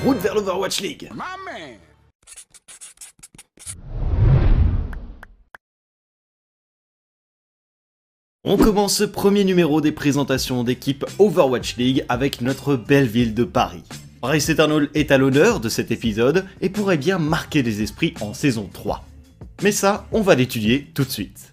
route vers l'Overwatch League. On commence ce premier numéro des présentations d'équipe Overwatch League avec notre belle ville de Paris. Paris Eternal est à l'honneur de cet épisode et pourrait bien marquer les esprits en saison 3. Mais ça, on va l'étudier tout de suite.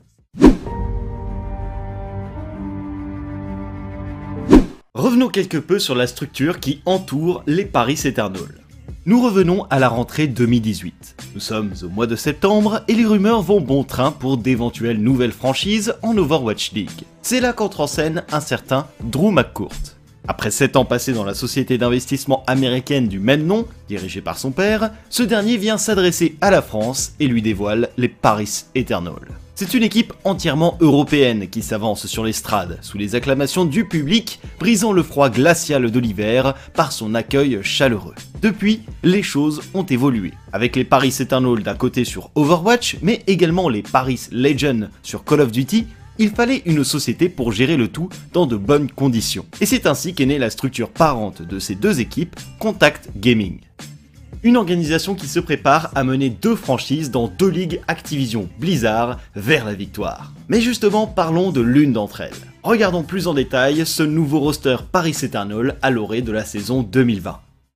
Revenons quelque peu sur la structure qui entoure les Paris Eternal. Nous revenons à la rentrée 2018. Nous sommes au mois de septembre et les rumeurs vont bon train pour d'éventuelles nouvelles franchises en Overwatch League. C'est là qu'entre en scène un certain Drew McCourt. Après 7 ans passés dans la société d'investissement américaine du même nom, dirigée par son père, ce dernier vient s'adresser à la France et lui dévoile les Paris Eternal. C'est une équipe entièrement européenne qui s'avance sur l'estrade, sous les acclamations du public, brisant le froid glacial de l'hiver par son accueil chaleureux. Depuis, les choses ont évolué, avec les Paris Eternal d'un côté sur Overwatch, mais également les Paris Legends sur Call of Duty. Il fallait une société pour gérer le tout dans de bonnes conditions. Et c'est ainsi qu'est née la structure parente de ces deux équipes, Contact Gaming. Une organisation qui se prépare à mener 2 franchises dans 2 ligues Activision Blizzard vers la victoire. Mais justement, parlons de l'une d'entre elles. Regardons plus en détail ce nouveau roster Paris Eternal à l'orée de la saison 2020.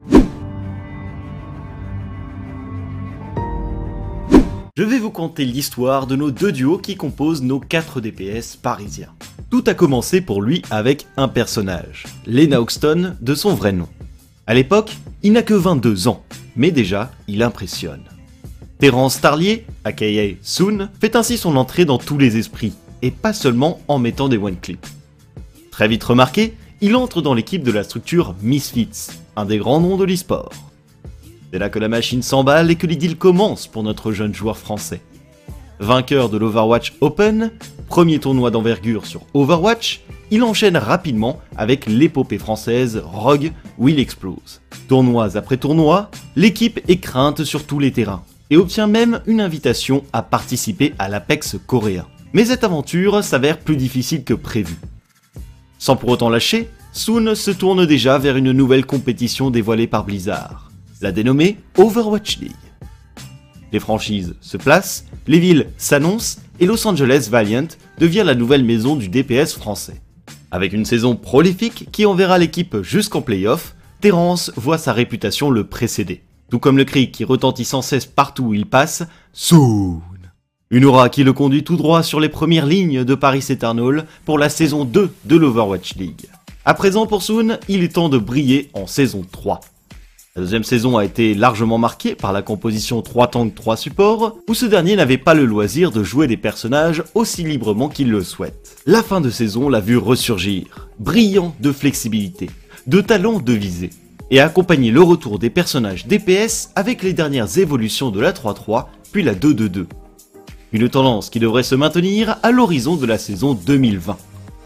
Je vais vous conter l'histoire de nos 2 duos qui composent nos 4 DPS parisiens. Tout a commencé pour lui avec un personnage, Lena Hoxton de son vrai nom. À l'époque, il n'a que 22 ans, mais déjà, il impressionne. Terence Tarlier, aka Soon, fait ainsi son entrée dans tous les esprits, et pas seulement en mettant des one-clips. Très vite remarqué, il entre dans l'équipe de la structure Misfits, un des grands noms de l'e-sport. C'est là que la machine s'emballe et que l'idylle commence pour notre jeune joueur français. Vainqueur de l'Overwatch Open, premier tournoi d'envergure sur Overwatch, il enchaîne rapidement avec l'épopée française Rogue où il explose. Tournois après tournois, l'équipe est crainte sur tous les terrains et obtient même une invitation à participer à l'Apex coréen. Mais cette aventure s'avère plus difficile que prévu. Sans pour autant lâcher, Soon se tourne déjà vers une nouvelle compétition dévoilée par Blizzard, la dénommée Overwatch League. Les franchises se placent, les villes s'annoncent et Los Angeles Valiant devient la nouvelle maison du DPS français. Avec une saison prolifique qui enverra l'équipe jusqu'en play-off, Terence voit sa réputation le précéder. Tout comme le cri qui retentit sans cesse partout où il passe, Soon. Une aura qui le conduit tout droit sur les premières lignes de Paris Eternal pour la saison 2 de l'Overwatch League. À présent pour Soon, il est temps de briller en saison 3. La deuxième saison a été largement marquée par la composition 3 tanks 3 supports, où ce dernier n'avait pas le loisir de jouer des personnages aussi librement qu'il le souhaite. La fin de saison l'a vu ressurgir, brillant de flexibilité, de talent de visée, et a accompagné le retour des personnages DPS avec les dernières évolutions de la 3-3 puis la 2-2-2. Une tendance qui devrait se maintenir à l'horizon de la saison 2020.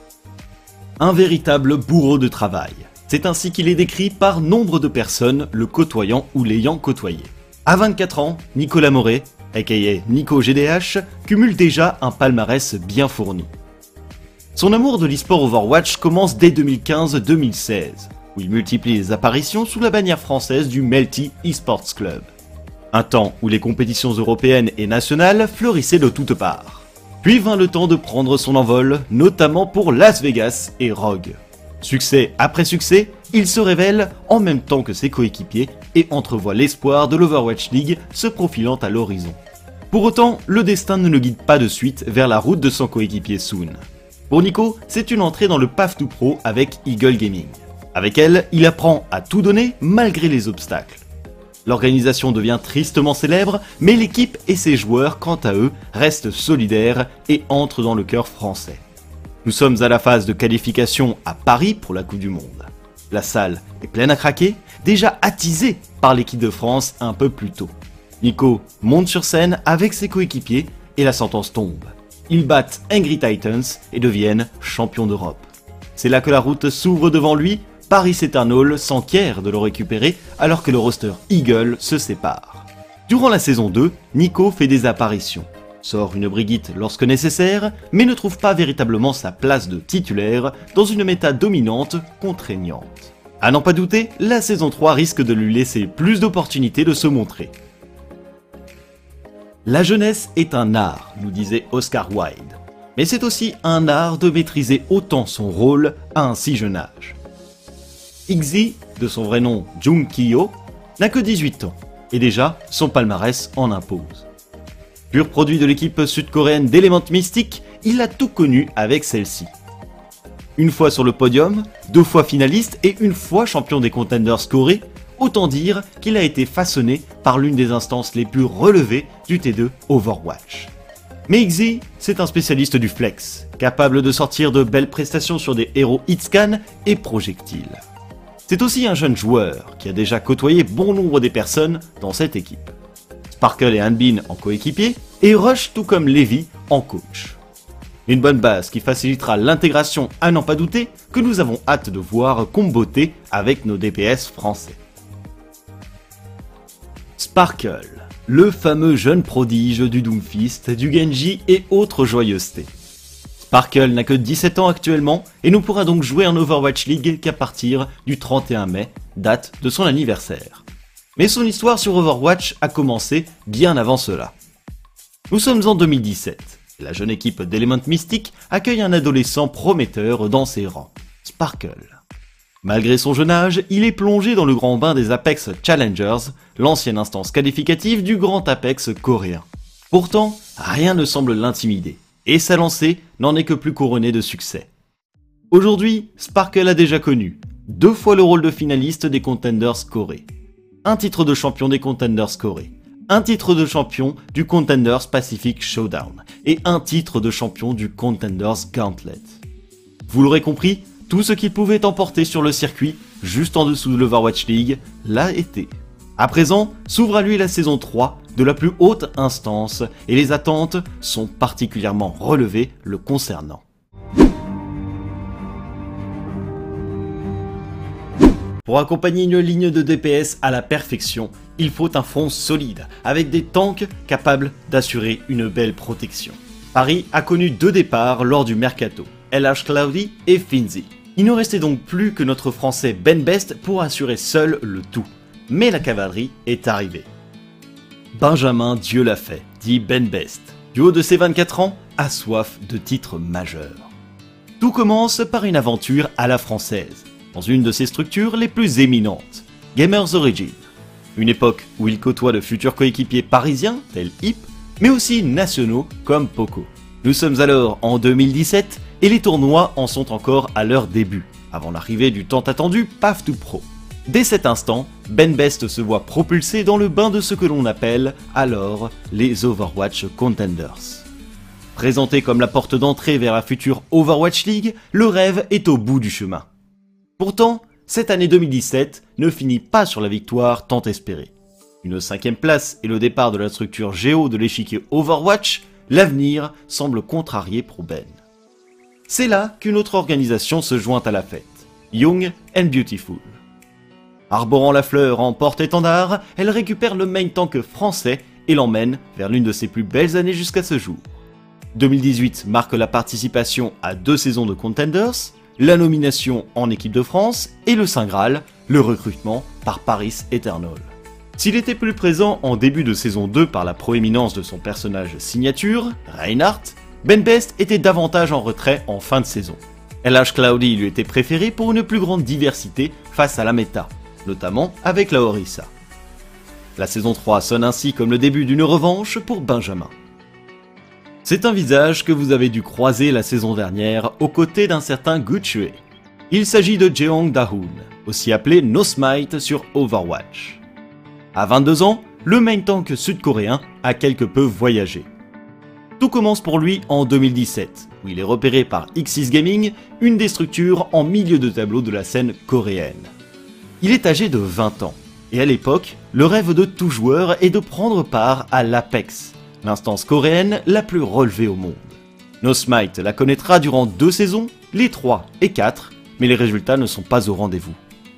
Un véritable bourreau de travail. C'est ainsi qu'il est décrit par nombre de personnes le côtoyant ou l'ayant côtoyé. À 24 ans, Nicolas Moret, aka Nico GDH, cumule déjà un palmarès bien fourni. Son amour de l'e-sport Overwatch commence dès 2015-2016, où il multiplie les apparitions sous la bannière française du Melty eSports Club. Un temps où les compétitions européennes et nationales fleurissaient de toutes parts. Puis vint le temps de prendre son envol, notamment pour Las Vegas et Rogue. Succès après succès, il se révèle en même temps que ses coéquipiers et entrevoit l'espoir de l'Overwatch League se profilant à l'horizon. Pour autant, le destin ne le guide pas de suite vers la route de son coéquipier Soon. Pour Nico, c'est une entrée dans le Path to Pro avec Eagle Gaming. Avec elle, il apprend à tout donner malgré les obstacles. L'organisation devient tristement célèbre, mais l'équipe et ses joueurs, quant à eux, restent solidaires et entrent dans le cœur français. Nous sommes à la phase de qualification à Paris pour la Coupe du Monde. La salle est pleine à craquer, déjà attisée par l'équipe de France un peu plus tôt. Nico monte sur scène avec ses coéquipiers et la sentence tombe. Ils battent Angry Titans et deviennent champions d'Europe. C'est là que la route s'ouvre devant lui, Paris Eternal s'enquiert de le récupérer alors que le roster Eagle se sépare. Durant la saison 2, Nico fait des apparitions. Sort une Brigitte lorsque nécessaire, mais ne trouve pas véritablement sa place de titulaire dans une méta dominante contraignante. À n'en pas douter, la saison 3 risque de lui laisser plus d'opportunités de se montrer. La jeunesse est un art, nous disait Oscar Wilde. Mais c'est aussi un art de maîtriser autant son rôle à un si jeune âge. Iggy, de son vrai nom Jung Ki-ho, n'a que 18 ans, et déjà son palmarès en impose. Pur produit de l'équipe sud-coréenne d'Element Mystic, il a tout connu avec celle-ci. Une fois sur le podium, 2 fois finaliste et 1 fois champion des Contenders Corée, autant dire qu'il a été façonné par l'une des instances les plus relevées du T2 Overwatch. Mais Iggy, c'est un spécialiste du flex, capable de sortir de belles prestations sur des héros hitscan et projectiles. C'est aussi un jeune joueur qui a déjà côtoyé bon nombre des personnes dans cette équipe. Sparkle et Hanbin en coéquipier, et Rush tout comme Levi en coach. Une bonne base qui facilitera l'intégration à n'en pas douter que nous avons hâte de voir comboter avec nos DPS français. Sparkle, le fameux jeune prodige du Doomfist, du Genji et autres joyeusetés. Sparkle n'a que 17 ans actuellement et ne pourra donc jouer en Overwatch League qu'à partir du 31 mai, date de son anniversaire. Mais son histoire sur Overwatch a commencé bien avant cela. Nous sommes en 2017. La jeune équipe d'Element Mystic accueille un adolescent prometteur dans ses rangs, Sparkle. Malgré son jeune âge, il est plongé dans le grand bain des Apex Challengers, l'ancienne instance qualificative du grand Apex coréen. Pourtant, rien ne semble l'intimider, et sa lancée n'en est que plus couronnée de succès. Aujourd'hui, Sparkle a déjà connu 2 fois le rôle de finaliste des Contenders Corée, un titre de champion des Contenders Corée, un titre de champion du Contenders Pacific Showdown et un titre de champion du Contenders Gauntlet. Vous l'aurez compris, tout ce qu'il pouvait emporter sur le circuit, juste en dessous de l'Overwatch League, l'a été. À présent, s'ouvre à lui la saison 3 de la plus haute instance et les attentes sont particulièrement relevées le concernant. Pour accompagner une ligne de DPS à la perfection, il faut un front solide, avec des tanks capables d'assurer une belle protection. Paris a connu 2 départs lors du Mercato, LH Cloudy et Finzi. Il ne restait donc plus que notre français Ben Best pour assurer seul le tout. Mais la cavalerie est arrivée. Benjamin Dieu l'a fait, dit Ben Best. Du haut de ses 24 ans, a soif de titres majeurs. Tout commence par une aventure à la française, dans une de ses structures les plus éminentes, Gamers Origin. Une époque où il côtoie de futurs coéquipiers parisiens, tels Hip, mais aussi nationaux comme Poco. Nous sommes alors en 2017 et les tournois en sont encore à leur début, avant l'arrivée du tant attendu Path to Pro. Dès cet instant, Ben Best se voit propulsé dans le bain de ce que l'on appelle alors les Overwatch Contenders. Présenté comme la porte d'entrée vers la future Overwatch League, le rêve est au bout du chemin. Pourtant, cette année 2017 ne finit pas sur la victoire tant espérée. Une 5e place et le départ de la structure Géo de l'échiquier Overwatch, l'avenir semble contrarié pour Ben. C'est là qu'une autre organisation se joint à la fête, Young and Beautiful. Arborant la fleur en porte-étendard, elle récupère le main tank français et l'emmène vers l'une de ses plus belles années jusqu'à ce jour. 2018 marque la participation à 2 saisons de Contenders, la nomination en équipe de France et le Saint Graal, le recrutement par Paris Eternal. S'il était plus présent en début de saison 2 par la proéminence de son personnage signature, Reinhardt, Ben Best était davantage en retrait en fin de saison. LH Cloudy lui était préféré pour une plus grande diversité face à la méta, notamment avec la Orisa. La saison 3 sonne ainsi comme le début d'une revanche pour Benjamin. C'est un visage que vous avez dû croiser la saison dernière aux côtés d'un certain Guchue. Il s'agit de Jeong Da-hoon, aussi appelé No Smite sur Overwatch. À 22 ans, le main tank sud-coréen a quelque peu voyagé. Tout commence pour lui en 2017, où il est repéré par Xyz Gaming, une des structures en milieu de tableau de la scène coréenne. Il est âgé de 20 ans, et à l'époque, le rêve de tout joueur est de prendre part à l'Apex, l'instance coréenne la plus relevée au monde. No Smite la connaîtra durant 2 saisons, les 3 et 4, mais les résultats ne sont pas au rendez-vous.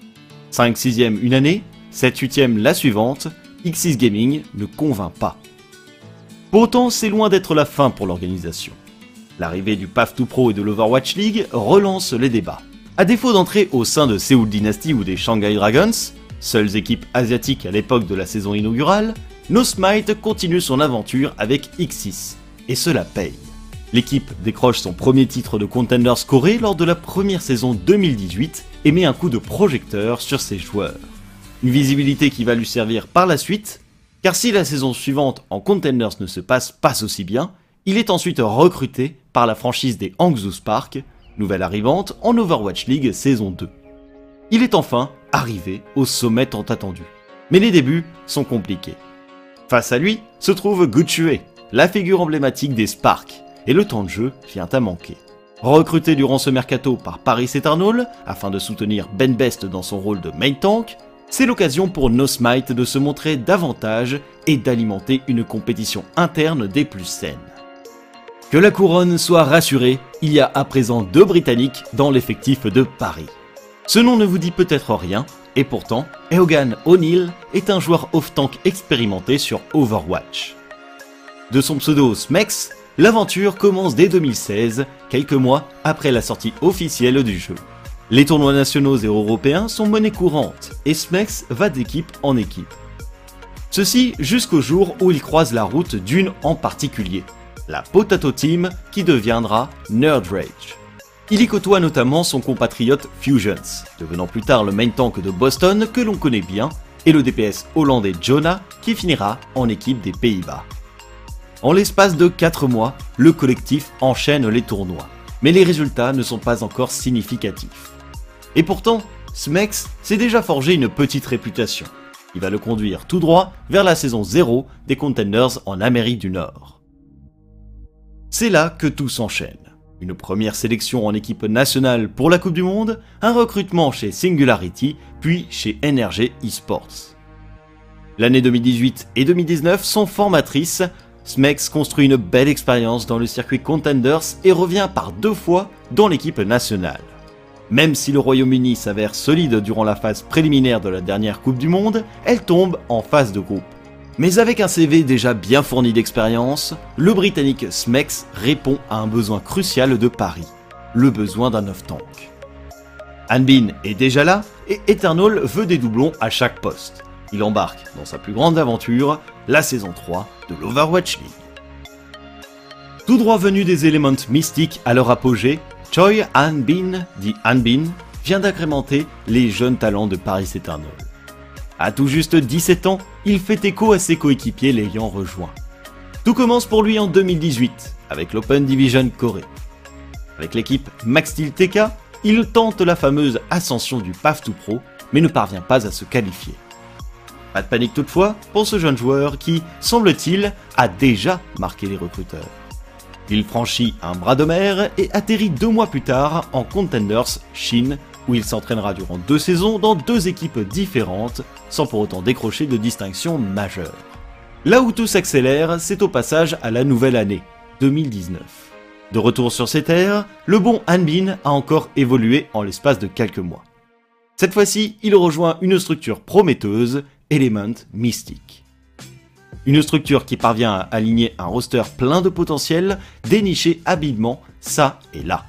5/6e une année, 7/8e la suivante, Xyz Gaming ne convainc pas. Pour autant, c'est loin d'être la fin pour l'organisation. L'arrivée du Path to Pro et de l'Overwatch League relance les débats. À défaut d'entrer au sein de Seoul Dynasty ou des Shanghai Dragons, seules équipes asiatiques à l'époque de la saison inaugurale, NoSmite continue son aventure avec X6, et cela paye. L'équipe décroche son premier titre de Contenders Corée lors de la première saison 2018 et met un coup de projecteur sur ses joueurs. Une visibilité qui va lui servir par la suite, car si la saison suivante en Contenders ne se passe pas aussi bien, il est ensuite recruté par la franchise des Hangzhou Spark, nouvelle arrivante en Overwatch League saison 2. Il est enfin arrivé au sommet tant attendu. Mais les débuts sont compliqués. Face à lui se trouve Guchue, la figure emblématique des Sparks, et le temps de jeu vient à manquer. Recruté durant ce mercato par Paris Eternal, afin de soutenir Ben Best dans son rôle de main tank, c'est l'occasion pour NoSmite de se montrer davantage et d'alimenter une compétition interne des plus saines. Que la couronne soit rassurée, il y a à présent 2 Britanniques dans l'effectif de Paris. Ce nom ne vous dit peut-être rien, et pourtant, Eogan O'Neill est un joueur off-tank expérimenté sur Overwatch. De son pseudo Smex, l'aventure commence dès 2016, quelques mois après la sortie officielle du jeu. Les tournois nationaux et européens sont monnaie courante, et Smex va d'équipe en équipe. Ceci jusqu'au jour où il croise la route d'une en particulier, la Potato Team qui deviendra Nerd Rage. Il y côtoie notamment son compatriote Fusions, devenant plus tard le main tank de Boston que l'on connaît bien, et le DPS hollandais Jonah qui finira en équipe des Pays-Bas. En l'espace de 4 mois, le collectif enchaîne les tournois, mais les résultats ne sont pas encore significatifs. Et pourtant, Smex s'est déjà forgé une petite réputation. Il va le conduire tout droit vers la saison 0 des Contenders en Amérique du Nord. C'est là que tout s'enchaîne. Une première sélection en équipe nationale pour la Coupe du Monde, un recrutement chez Singularity, puis chez NRG Esports. L'année 2018 et 2019 sont formatrices. Smex construit une belle expérience dans le circuit Contenders et revient par 2 fois dans l'équipe nationale. Même si le Royaume-Uni s'avère solide durant la phase préliminaire de la dernière Coupe du Monde, elle tombe en phase de groupe. Mais avec un CV déjà bien fourni d'expérience, le Britannique Smex répond à un besoin crucial de Paris, le besoin d'un off-tank. Hanbin est déjà là et Eternal veut des doublons à chaque poste. Il embarque dans sa plus grande aventure, la saison 3 de l'Overwatch League. Tout droit venu des éléments mystiques à leur apogée, Choi Han-bin, dit Hanbin, vient d'agrémenter les jeunes talents de Paris Eternal. À tout juste 17 ans, il fait écho à ses coéquipiers l'ayant rejoint. Tout commence pour lui en 2018, avec l'Open Division Corée. Avec l'équipe Max Steel TK, il tente la fameuse ascension du Path to Pro, mais ne parvient pas à se qualifier. Pas de panique toutefois pour ce jeune joueur qui, semble-t-il, a déjà marqué les recruteurs. Il franchit un bras de mer et atterrit 2 mois plus tard en Contenders Chine, où il s'entraînera durant 2 saisons dans 2 équipes différentes, sans pour autant décrocher de distinction majeure. Là où tout s'accélère, c'est au passage à la nouvelle année, 2019. De retour sur ses terres, le bon Hanbin a encore évolué en l'espace de quelques mois. Cette fois-ci, il rejoint une structure prometteuse, Element Mystic. Une structure qui parvient à aligner un roster plein de potentiel, déniché habilement ça et là.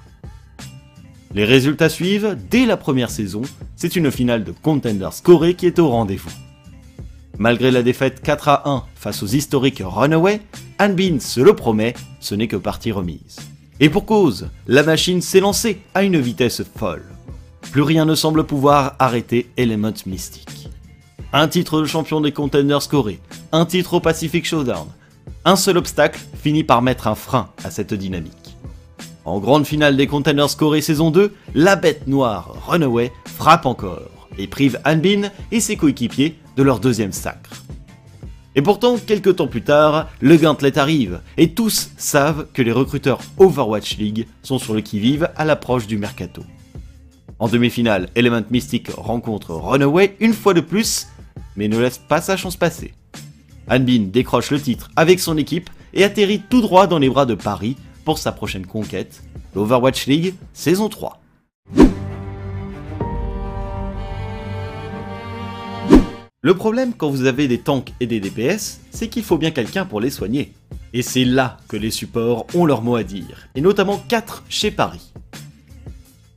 Les résultats suivent, dès la première saison, c'est une finale de Contenders Corée qui est au rendez-vous. Malgré la défaite 4-1 face aux historiques Runaway, Hanbin se le promet, ce n'est que partie remise. Et pour cause, la machine s'est lancée à une vitesse folle. Plus rien ne semble pouvoir arrêter Element Mystic. Un titre de champion des Contenders Corée, un titre au Pacific Showdown. Un seul obstacle finit par mettre un frein à cette dynamique. En grande finale des Contenders Corée saison 2, la bête noire Runaway frappe encore et prive Hanbin et ses coéquipiers de leur 2e sacre. Et pourtant, quelques temps plus tard, le gauntlet arrive et tous savent que les recruteurs Overwatch League sont sur le qui-vive à l'approche du mercato. En demi-finale, Element Mystic rencontre Runaway une fois de plus, mais ne laisse pas sa chance passer. Hanbin décroche le titre avec son équipe et atterrit tout droit dans les bras de Paris pour sa prochaine conquête, l'Overwatch League saison 3. Le problème quand vous avez des tanks et des DPS, c'est qu'il faut bien quelqu'un pour les soigner. Et c'est là que les supports ont leur mot à dire, et notamment 4 chez Paris.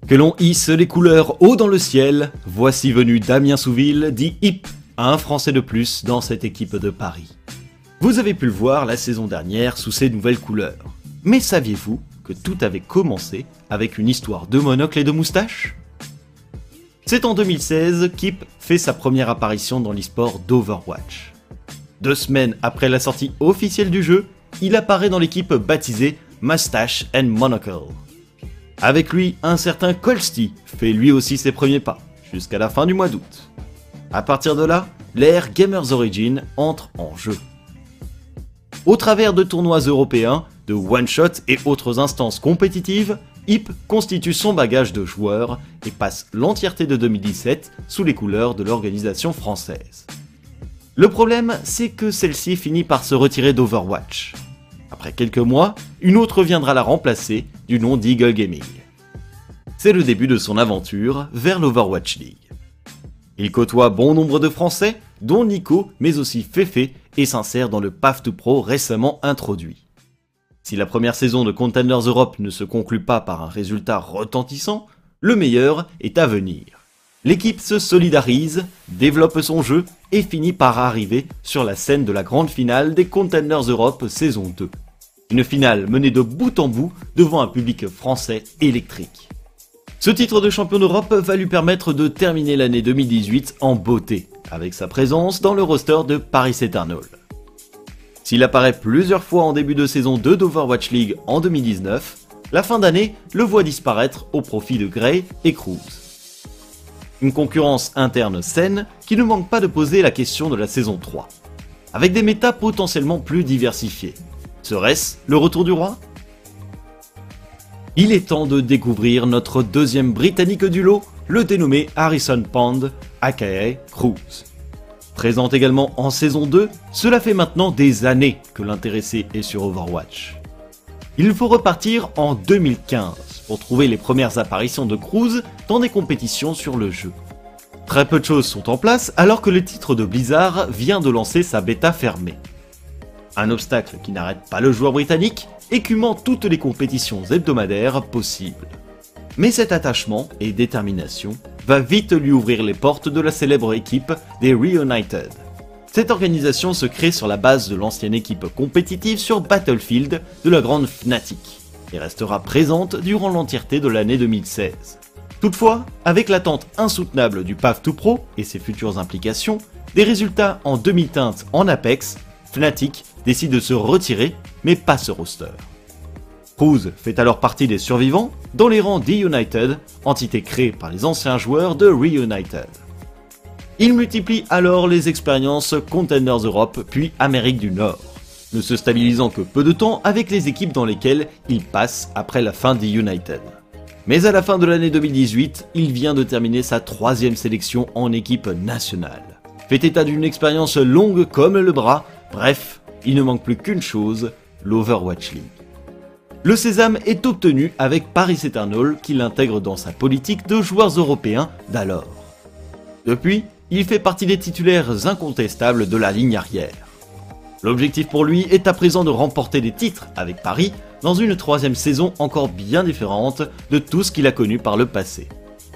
Que l'on hisse les couleurs haut dans le ciel, voici venu Damien Souville, dit Hip, un Français de plus dans cette équipe de Paris. Vous avez pu le voir la saison dernière sous ses nouvelles couleurs. Mais saviez-vous que tout avait commencé avec une histoire de monocle et de moustache ? C'est en 2016 qu'Hip fait sa première apparition dans l'e-sport d'Overwatch. 2 semaines après la sortie officielle du jeu, il apparaît dans l'équipe baptisée Mustache and Monocle. Avec lui, un certain Colsty fait lui aussi ses premiers pas, jusqu'à la fin du mois d'août. À partir de là, l'ère Gamers Origin entre en jeu. Au travers de tournois européens, de one-shot et autres instances compétitives, Hip constitue son bagage de joueur et passe l'entièreté de 2017 sous les couleurs de l'organisation française. Le problème, c'est que celle-ci finit par se retirer d'Overwatch. Après quelques mois, une autre viendra la remplacer, du nom d'Eagle Gaming. C'est le début de son aventure vers l'Overwatch League. Il côtoie bon nombre de Français, dont Nico, mais aussi Fefe, et s'insère dans le Path to Pro récemment introduit. Si la première saison de Contenders Europe ne se conclut pas par un résultat retentissant, le meilleur est à venir. L'équipe se solidarise, développe son jeu et finit par arriver sur la scène de la grande finale des Contenders Europe saison 2. Une finale menée de bout en bout devant un public français électrique. Ce titre de champion d'Europe va lui permettre de terminer l'année 2018 en beauté, avec sa présence dans le roster de Paris Eternal. S'il apparaît plusieurs fois en début de saison 2 d'Overwatch League en 2019, la fin d'année le voit disparaître au profit de Grey et Cruz. Une concurrence interne saine qui ne manque pas de poser la question de la saison 3, avec des métas potentiellement plus diversifiés. Serait-ce le retour du roi ? Il est temps de découvrir notre deuxième britannique du lot, le dénommé Harrison Pond, aka Cruz. Présent également en saison 2, cela fait maintenant des années que l'intéressé est sur Overwatch. Il faut repartir en 2015 pour trouver les premières apparitions de Cruz dans des compétitions sur le jeu. Très peu de choses sont en place alors que le titre de Blizzard vient de lancer sa bêta fermée. Un obstacle qui n'arrête pas le joueur britannique, écumant toutes les compétitions hebdomadaires possibles. Mais cet attachement et détermination va vite lui ouvrir les portes de la célèbre équipe des Reunited. Cette organisation se crée sur la base de l'ancienne équipe compétitive sur Battlefield de la grande Fnatic, et restera présente durant l'entièreté de l'année 2016. Toutefois, avec l'attente insoutenable du Path to Pro et ses futures implications, des résultats en demi-teinte en Apex, Fnatic décide de se retirer, mais pas ce roster. Cruz fait alors partie des survivants dans les rangs d'United, entité créée par les anciens joueurs de Reunited. Il multiplie alors les expériences Contenders Europe puis Amérique du Nord, ne se stabilisant que peu de temps avec les équipes dans lesquelles il passe après la fin d'United. Mais à la fin de l'année 2018, il vient de terminer sa 3e sélection en équipe nationale. Fait état d'une expérience longue comme le bras, bref, il ne manque plus qu'une chose, l'Overwatch League. Le sésame est obtenu avec Paris Eternal qui l'intègre dans sa politique de joueurs européens d'alors. Depuis, il fait partie des titulaires incontestables de la ligne arrière. L'objectif pour lui est à présent de remporter des titres avec Paris dans une 3e saison encore bien différente de tout ce qu'il a connu par le passé.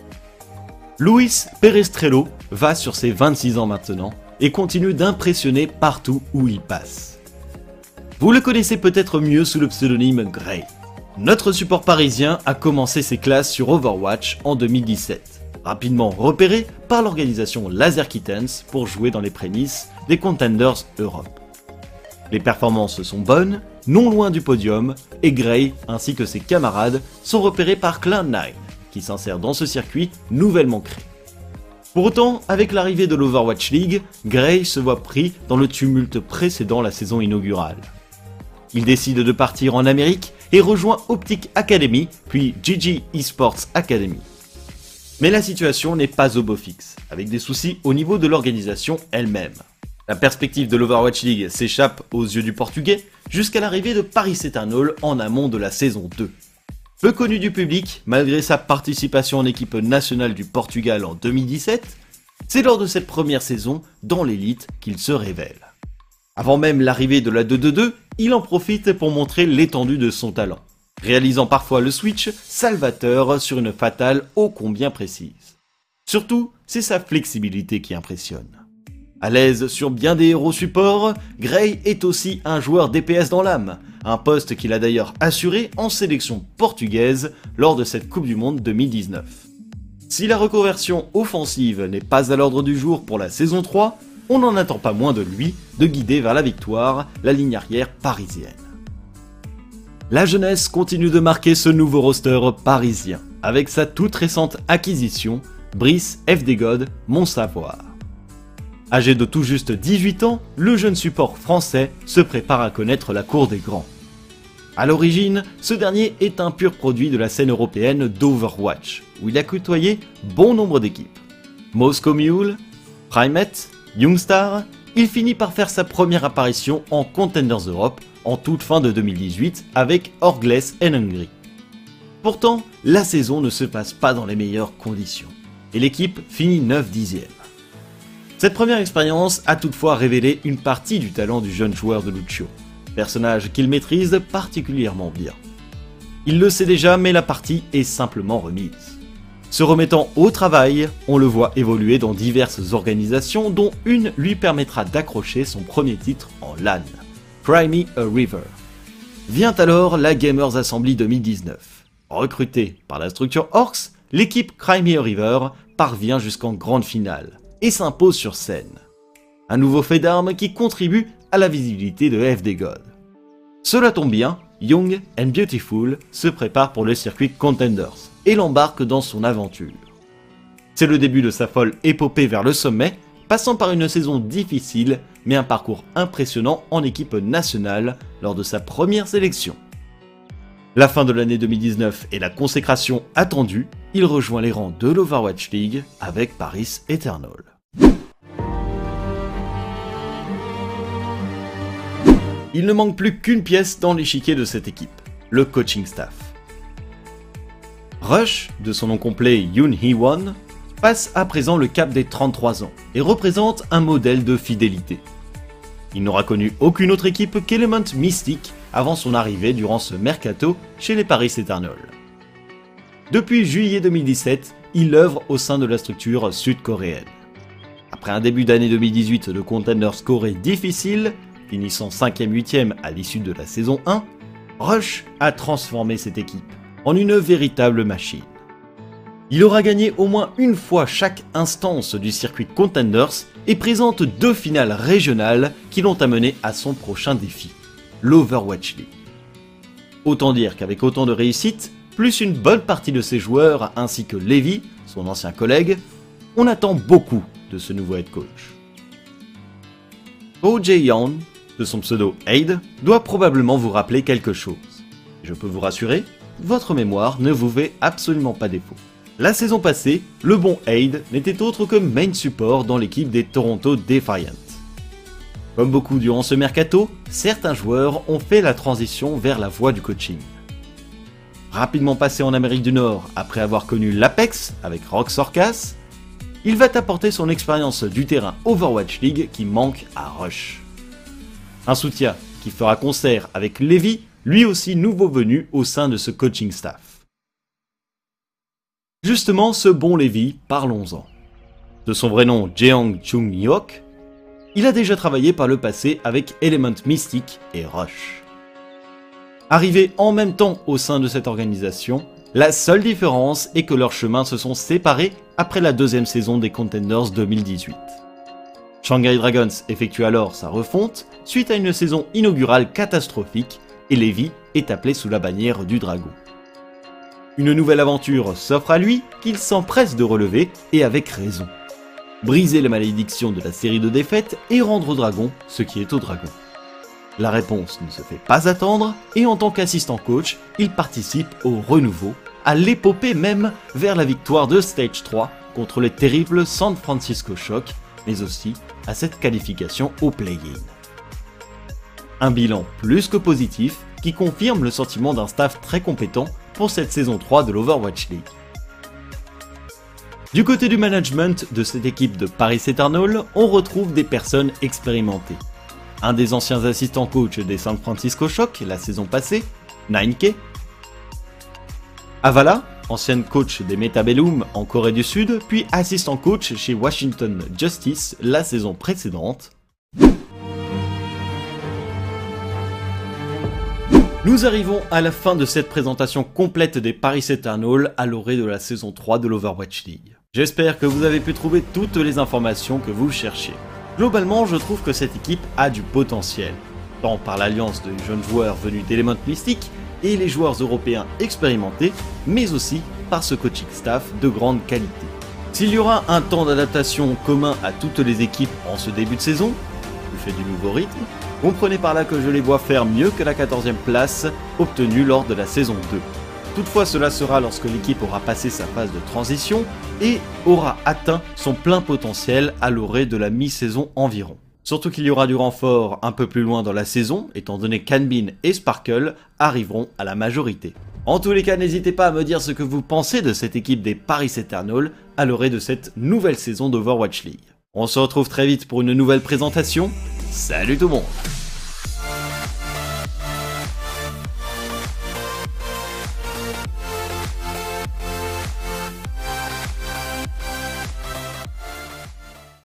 Luis Perestrello va sur ses 26 ans maintenant et continue d'impressionner partout où il passe. Vous le connaissez peut-être mieux sous le pseudonyme Grey. Notre support parisien a commencé ses classes sur Overwatch en 2017, rapidement repéré par l'organisation Laser Kittens pour jouer dans les prémices des Contenders Europe. Les performances sont bonnes, non loin du podium, et Grey ainsi que ses camarades sont repérés par Cloud9, qui s'insère dans ce circuit nouvellement créé. Pour autant, avec l'arrivée de l'Overwatch League, Grey se voit pris dans le tumulte précédant la saison inaugurale. Il décide de partir en Amérique et rejoint Optic Academy, puis GG Esports Academy. Mais la situation n'est pas au beau fixe, avec des soucis au niveau de l'organisation elle-même. La perspective de l'Overwatch League s'échappe aux yeux du Portugais jusqu'à l'arrivée de Paris Eternal en amont de la saison 2. Peu connu du public, malgré sa participation en équipe nationale du Portugal en 2017, c'est lors de cette première saison dans l'élite qu'il se révèle. Avant même l'arrivée de la 2-2-2, il en profite pour montrer l'étendue de son talent. réalisant parfois le switch salvateur sur une fatale ô combien précise. Surtout, c'est sa flexibilité qui impressionne. À l'aise sur bien des héros supports, Gray est aussi un joueur DPS dans l'âme, un poste qu'il a d'ailleurs assuré en sélection portugaise lors de cette Coupe du Monde 2019. Si la reconversion offensive n'est pas à l'ordre du jour pour la saison 3, on n'en attend pas moins de lui de guider vers la victoire la ligne arrière parisienne. La jeunesse continue de marquer ce nouveau roster parisien, avec sa toute récente acquisition, Brice FDGod Montsavoir. Âgé de tout juste 18 ans, le jeune support français se prépare à connaître la cour des grands. A l'origine, ce dernier est un pur produit de la scène européenne d'Overwatch, où il a côtoyé bon nombre d'équipes. Moscow Mule, Primate, Youngstar, il finit par faire sa première apparition en Contenders Europe en toute fin de 2018 avec Orgless and Hungry. Pourtant, la saison ne se passe pas dans les meilleures conditions, et l'équipe finit 9/10e. Cette première expérience a toutefois révélé une partie du talent du jeune joueur de Lucio, personnage qu'il maîtrise particulièrement bien. Il le sait déjà, mais la partie est simplement remise. Se remettant au travail, on le voit évoluer dans diverses organisations dont une lui permettra d'accrocher son premier titre en LAN, Cry Me a River. Vient alors la Gamers Assembly 2019. Recrutée par la structure Orcs, l'équipe Cry Me a River parvient jusqu'en grande finale et s'impose sur scène. Un nouveau fait d'armes qui contribue à la visibilité de FDGod. Cela tombe bien, Young and Beautiful se prépare pour le circuit Contenders et l'embarque dans son aventure. C'est le début de sa folle épopée vers le sommet, passant par une saison difficile mais un parcours impressionnant en équipe nationale lors de sa première sélection. La fin de l'année 2019 et la consécration attendue, il rejoint les rangs de l'Overwatch League avec Paris Eternal. Il ne manque plus qu'une pièce dans l'échiquier de cette équipe, le coaching staff. Rush, de son nom complet Yoon Hee-won, passe à présent le cap des 33 ans et représente un modèle de fidélité. Il n'aura connu aucune autre équipe qu'Element Mystic avant son arrivée durant ce mercato chez les Paris Eternal. Depuis juillet 2017, il œuvre au sein de la structure sud-coréenne. Après un début d'année 2018 de Contenders Corée difficile, finissant 5e-8e à l'issue de la saison 1, Rush a transformé cette équipe en une véritable machine. Il aura gagné au moins une fois chaque instance du circuit Contenders et présente 2 finales régionales qui l'ont amené à son prochain défi, l'Overwatch League. Autant dire qu'avec autant de réussite, plus une bonne partie de ses joueurs ainsi que Levi, son ancien collègue, on attend beaucoup de ce nouveau head coach. Oh Jae-yeon, de son pseudo Aid, doit probablement vous rappeler quelque chose. Je peux vous rassurer, votre mémoire ne vous fait absolument pas défaut. La saison passée, le bon Aid n'était autre que main support dans l'équipe des Toronto Defiant. Comme beaucoup durant ce mercato, certains joueurs ont fait la transition vers la voie du coaching. Rapidement passé en Amérique du Nord après avoir connu l'Apex avec Rox Orcas, il va apporter son expérience du terrain Overwatch League qui manque à Rush. Un soutien qui fera concert avec Levi, lui aussi nouveau venu au sein de ce coaching staff. Justement, ce bon Levi, parlons-en. De son vrai nom Jeong Chung-hyuk, il a déjà travaillé par le passé avec Element Mystic et Rush. Arrivé en même temps au sein de cette organisation, la seule différence est que leurs chemins se sont séparés après la 2e saison des Contenders 2018. Shanghai Dragons effectue alors sa refonte suite à une saison inaugurale catastrophique et Levi est appelé sous la bannière du Dragon. Une nouvelle aventure s'offre à lui qu'il s'empresse de relever et avec raison. Briser la malédiction de la série de défaites et rendre au Dragon ce qui est au Dragon. La réponse ne se fait pas attendre et en tant qu'assistant coach, il participe au renouveau, à l'épopée même vers la victoire de Stage 3 contre les terribles San Francisco Shock, mais aussi à cette qualification au play-in. Un bilan plus que positif qui confirme le sentiment d'un staff très compétent pour cette saison 3 de l'Overwatch League. Du côté du management de cette équipe de Paris Eternal, on retrouve des personnes expérimentées. Un des anciens assistants coach des San Francisco Shock la saison passée, 9K, Avala, ancienne coach des Metabellum en Corée du Sud, puis assistant coach chez Washington Justice la saison précédente. Nous arrivons à la fin de cette présentation complète des Paris Eternals à l'orée de la saison 3 de l'Overwatch League. J'espère que vous avez pu trouver toutes les informations que vous cherchiez. Globalement, je trouve que cette équipe a du potentiel, tant par l'alliance de jeunes joueurs venus d'Element Mystic et les joueurs européens expérimentés, mais aussi par ce coaching staff de grande qualité. S'il y aura un temps d'adaptation commun à toutes les équipes en ce début de saison, du fait du nouveau rythme, comprenez par là que je les vois faire mieux que la 14e place obtenue lors de la saison 2. Toutefois, cela sera lorsque l'équipe aura passé sa phase de transition et aura atteint son plein potentiel à l'orée de la mi-saison environ. Surtout qu'il y aura du renfort un peu plus loin dans la saison, étant donné qu'Hanbin et Sparkle arriveront à la majorité. En tous les cas, n'hésitez pas à me dire ce que vous pensez de cette équipe des Paris Eternals à l'orée de cette nouvelle saison d'Overwatch League. On se retrouve très vite pour une nouvelle présentation. Salut tout le monde!